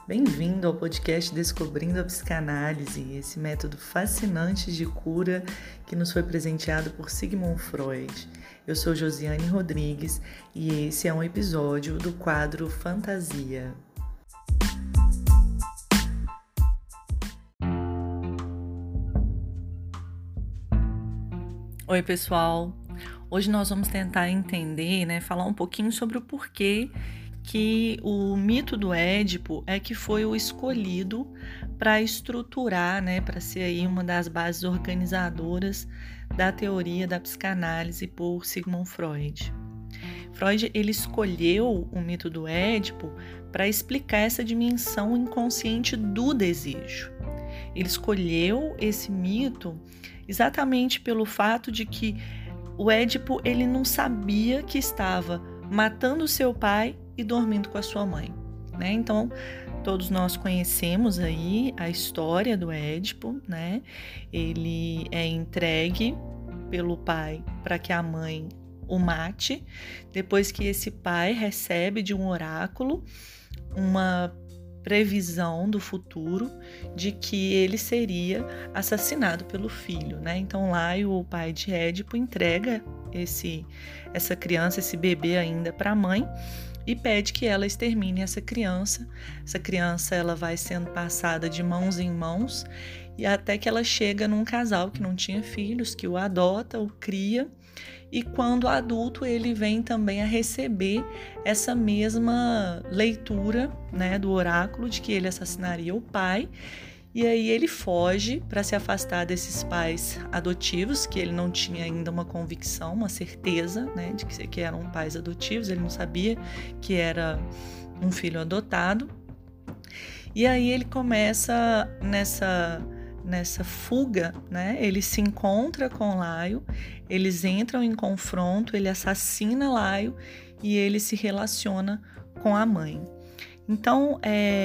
Bem-vindo ao podcast Descobrindo a Psicanálise, esse método fascinante de cura que nos foi presenteado por Sigmund Freud. Eu sou Josiane Rodrigues e esse é um episódio do quadro Fantasia. Oi, pessoal! Hoje nós vamos tentar entender, falar um pouquinho sobre o porquê que o mito do Édipo é que foi o escolhido para estruturar, para ser aí uma das bases organizadoras da teoria da psicanálise por Sigmund Freud. Freud ele escolheu o mito do Édipo para explicar essa dimensão inconsciente do desejo. Ele escolheu esse mito exatamente pelo fato de que o Édipo ele não sabia que estava matando seu pai e dormindo com a sua mãe, Então, todos nós conhecemos aí a história do Édipo, Ele é entregue pelo pai para que a mãe o mate, depois que esse pai recebe de um oráculo uma previsão do futuro de que ele seria assassinado pelo filho, Então, Laio, o pai de Édipo, entrega essa criança, esse bebê ainda para a mãe e pede que ela extermine essa criança. Essa criança ela vai sendo passada de mãos em mãos e até que ela chega num casal que não tinha filhos, que o adota, o cria, e quando adulto ele vem também a receber essa mesma leitura, do oráculo de que ele assassinaria o pai. E aí ele foge para se afastar desses pais adotivos, que ele não tinha ainda uma convicção, uma certeza, de que eram pais adotivos, ele não sabia que era um filho adotado. E aí ele começa nessa fuga, Ele se encontra com Laio, eles entram em confronto, ele assassina Laio e ele se relaciona com a mãe. Então,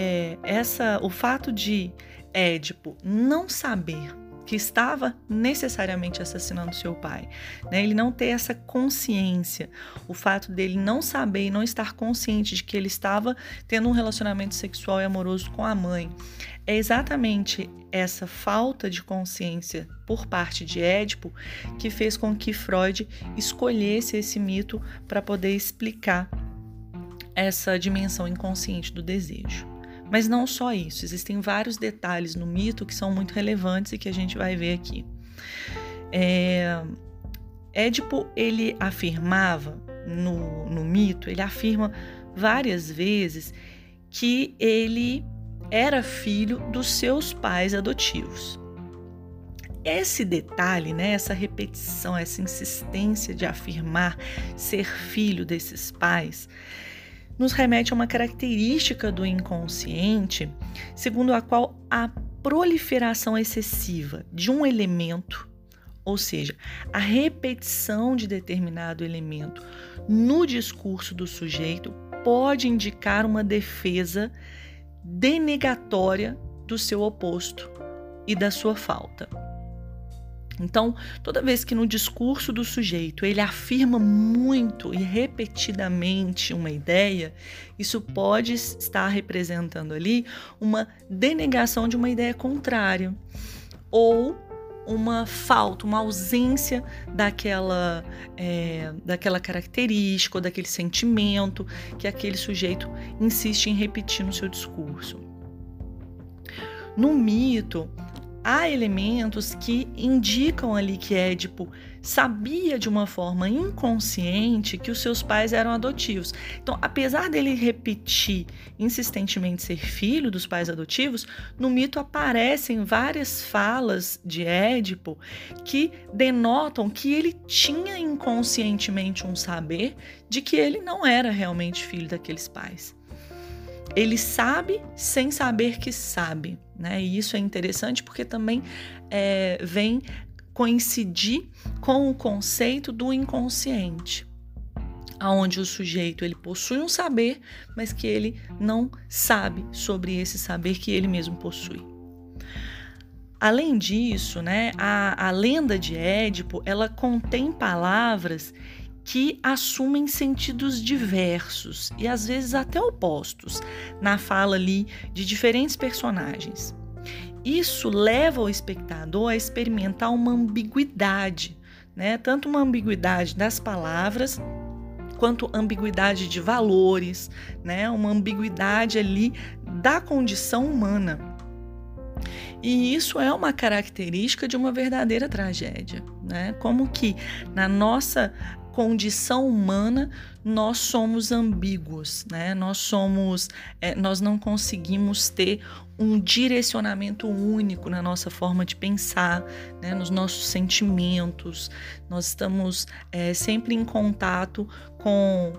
o fato de Édipo não saber que estava necessariamente assassinando seu pai, ele não ter essa consciência, o fato dele não saber e não estar consciente de que ele estava tendo um relacionamento sexual e amoroso com a mãe, é exatamente essa falta de consciência por parte de Édipo que fez com que Freud escolhesse esse mito para poder explicar essa dimensão inconsciente do desejo. Mas não só isso, existem vários detalhes no mito que são muito relevantes e que a gente vai ver aqui. Édipo, ele afirmava no mito, ele afirma várias vezes que ele era filho dos seus pais adotivos. Esse detalhe, essa repetição, essa insistência de afirmar ser filho desses pais, nos remete a uma característica do inconsciente, segundo a qual a proliferação excessiva de um elemento, ou seja, a repetição de determinado elemento no discurso do sujeito, pode indicar uma defesa denegatória do seu oposto e da sua falta. Então, toda vez que no discurso do sujeito ele afirma muito e repetidamente uma ideia, isso pode estar representando ali uma denegação de uma ideia contrária ou uma falta, uma ausência daquela característica ou daquele sentimento que aquele sujeito insiste em repetir no seu discurso. No mito, há elementos que indicam ali que Édipo sabia de uma forma inconsciente que os seus pais eram adotivos. Então, apesar dele repetir insistentemente ser filho dos pais adotivos, no mito aparecem várias falas de Édipo que denotam que ele tinha inconscientemente um saber de que ele não era realmente filho daqueles pais. Ele sabe sem saber que sabe, E isso é interessante porque também vem coincidir com o conceito do inconsciente, onde o sujeito ele possui um saber, mas que ele não sabe sobre esse saber que ele mesmo possui. Além disso, a lenda de Édipo ela contém palavras que assumem sentidos diversos e às vezes até opostos na fala ali de diferentes personagens. Isso leva o espectador a experimentar uma ambiguidade, né? Tanto uma ambiguidade das palavras quanto ambiguidade de valores, né? Uma ambiguidade ali da condição humana. E isso é uma característica de uma verdadeira tragédia, né? Como que na nossa condição humana nós somos ambíguos, né? Nós não conseguimos ter um direcionamento único na nossa forma de pensar, né? Nos nossos sentimentos. Nós estamos sempre em contato com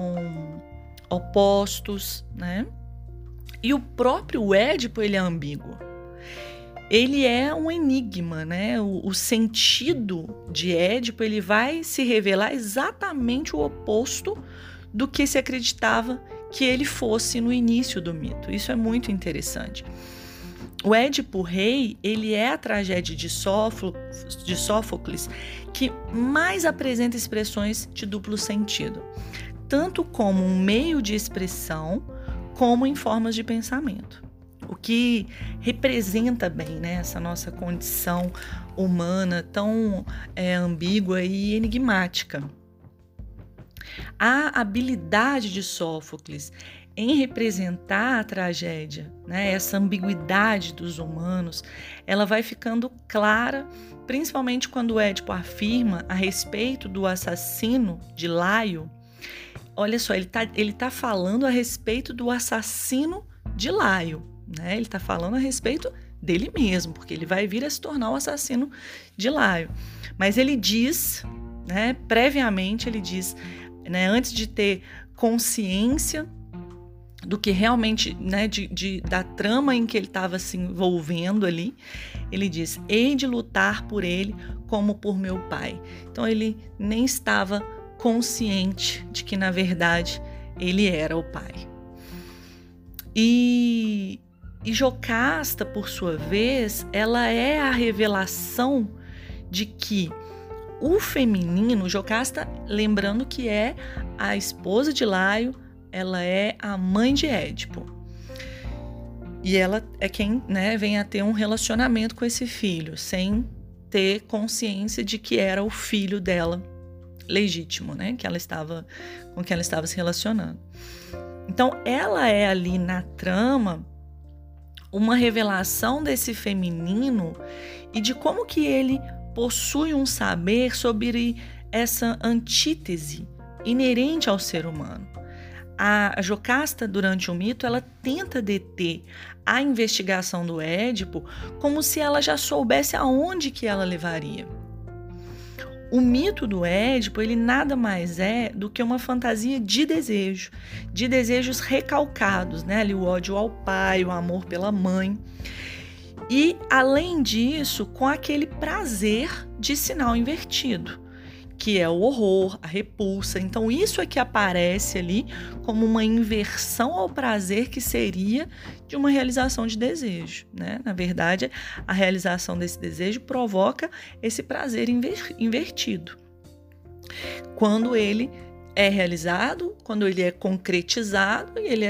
opostos, né? E o próprio Édipo, ele é ambíguo. Ele é um enigma, né? O sentido de Édipo, ele vai se revelar exatamente o oposto do que se acreditava que ele fosse no início do mito. Isso é muito interessante. O Édipo Rei, ele é a tragédia de Sófocles que mais apresenta expressões de duplo sentido, tanto como um meio de expressão, como em formas de pensamento. O que representa bem, né, essa nossa condição humana tão ambígua e enigmática. A habilidade de Sófocles em representar a tragédia, né, essa ambiguidade dos humanos, ela vai ficando clara, principalmente quando o Édipo afirma a respeito do assassino de Laio. Olha só, ele tá falando a respeito do assassino de Laio. Né? Ele está falando a respeito dele mesmo, porque ele vai vir a se tornar o assassino de Laio. Mas ele diz, né, previamente, ele diz, né, antes de ter consciência do que realmente, né, da trama em que ele estava se envolvendo ali, ele diz: hei de lutar por ele como por meu pai. Então ele nem estava consciente de que, na verdade, ele era o pai. E Jocasta, por sua vez, ela é a revelação de que o feminino, Jocasta, lembrando que é a esposa de Laio, ela é a mãe de Édipo. E ela é quem, né, vem a ter um relacionamento com esse filho, sem ter consciência de que era o filho dela legítimo, né, com que ela estava se relacionando. Então, ela é ali na trama uma revelação desse feminino e de como que ele possui um saber sobre essa antítese inerente ao ser humano. A Jocasta, durante o mito, ela tenta deter a investigação do Édipo como se ela já soubesse aonde que ela levaria. O mito do Édipo, ele nada mais é do que uma fantasia de desejo, de desejos recalcados, né? Ali o ódio ao pai, o amor pela mãe. E, além disso, com aquele prazer de sinal invertido, que é o horror, a repulsa. Então, isso é que aparece ali como uma inversão ao prazer que seria de uma realização de desejo, né? Na verdade, a realização desse desejo provoca esse prazer invertido. Quando ele é realizado, quando ele é concretizado, ele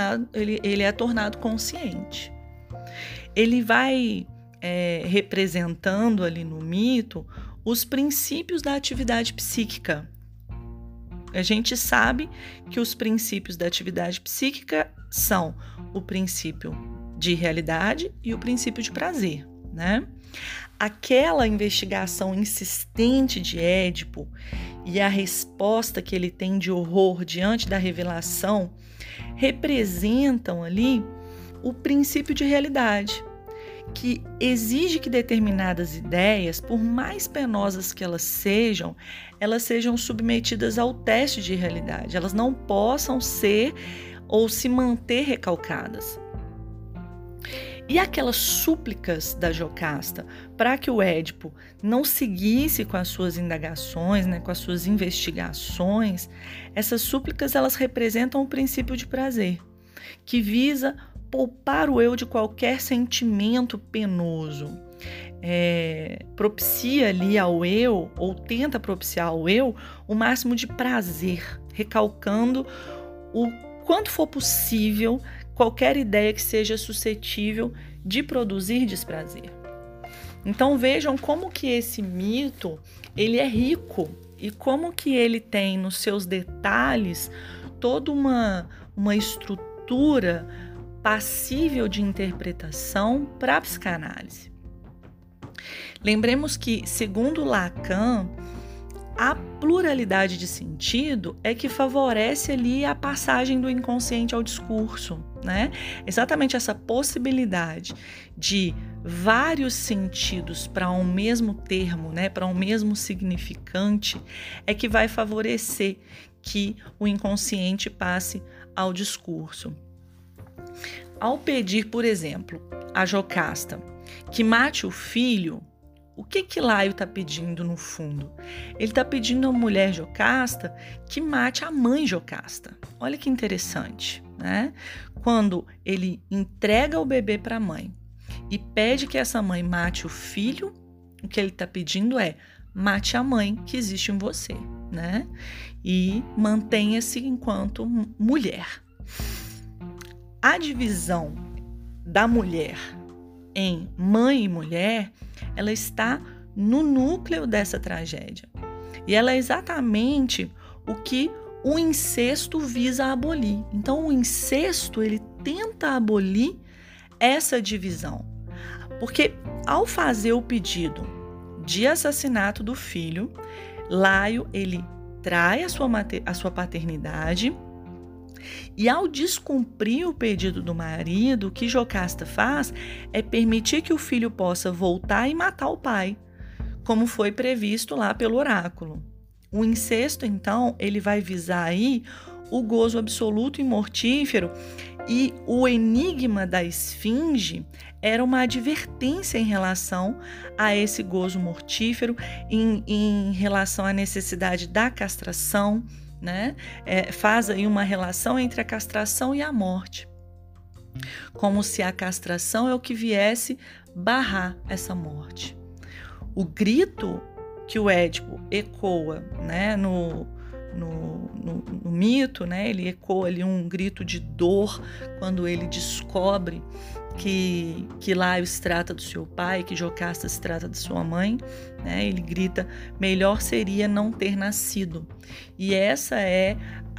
é tornado consciente. Ele vai representando ali no mito os princípios da atividade psíquica. A gente sabe que os princípios da atividade psíquica são o princípio de realidade e o princípio de prazer, né? Aquela investigação insistente de Édipo e a resposta que ele tem de horror diante da revelação representam ali o princípio de realidade, que exige que determinadas ideias, por mais penosas que elas sejam submetidas ao teste de realidade. Elas não possam ser ou se manter recalcadas. E aquelas súplicas da Jocasta para que o Édipo não seguisse com as suas indagações, né, com as suas investigações, essas súplicas elas representam o princípio de prazer, que visa poupar o eu de qualquer sentimento penoso. propicia ali ao eu, ou tenta propiciar ao eu, o máximo de prazer, recalcando o quanto for possível qualquer ideia que seja suscetível de produzir desprazer. Então vejam como que esse mito ele é rico e como que ele tem nos seus detalhes toda uma estrutura passível de interpretação para a psicanálise. Lembremos que, segundo Lacan, a pluralidade de sentido é que favorece ali a passagem do inconsciente ao discurso, né? Exatamente essa possibilidade de vários sentidos para um mesmo termo, né? Para um mesmo significante, é que vai favorecer que o inconsciente passe ao discurso. Ao pedir, por exemplo, a Jocasta que mate o filho, o que Laio está pedindo no fundo? Ele está pedindo à mulher Jocasta que mate a mãe Jocasta. Olha que interessante, né? Quando ele entrega o bebê para a mãe e pede que essa mãe mate o filho, o que ele está pedindo é mate a mãe que existe em você, né? E mantenha-se enquanto mulher. A divisão da mulher em mãe e mulher, ela está no núcleo dessa tragédia. E ela é exatamente o que o incesto visa abolir. Então, o incesto, ele tenta abolir essa divisão. Porque, ao fazer o pedido de assassinato do filho, Laio, ele trai a sua paternidade. E ao descumprir o pedido do marido, o que Jocasta faz é permitir que o filho possa voltar e matar o pai, como foi previsto lá pelo oráculo. O incesto, então, ele vai visar aí o gozo absoluto e mortífero, e o enigma da esfinge era uma advertência em relação a esse gozo mortífero, em relação à necessidade da castração, né? Faz aí uma relação entre a castração e a morte, como se a castração é o que viesse barrar essa morte. O grito que o Édipo ecoa, né, no mito, né, ele ecoa ali um grito de dor quando ele descobre que Laio se trata do seu pai, que Jocasta se trata de sua mãe, né? Ele grita: melhor seria não ter nascido. E essa é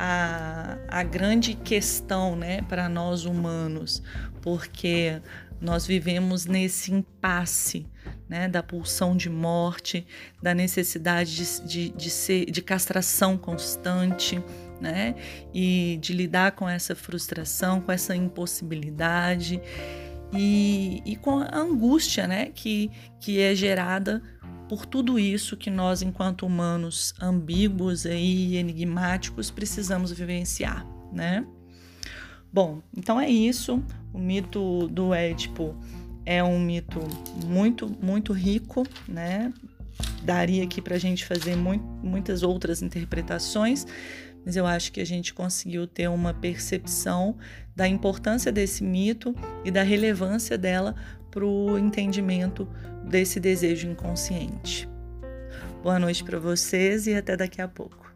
a grande questão, né, para nós humanos, porque nós vivemos nesse impasse, né, da pulsão de morte, da necessidade de castração constante, né, e de lidar com essa frustração, com essa impossibilidade e com a angústia, né, que é gerada por tudo isso que nós, enquanto humanos ambíguos e enigmáticos, precisamos vivenciar, né? Bom, então é isso. O mito do Édipo é um mito muito, muito rico, né? Daria aqui para a gente fazer muitas outras interpretações, mas eu acho que a gente conseguiu ter uma percepção da importância desse mito e da relevância dela para o entendimento desse desejo inconsciente. Boa noite para vocês e até daqui a pouco.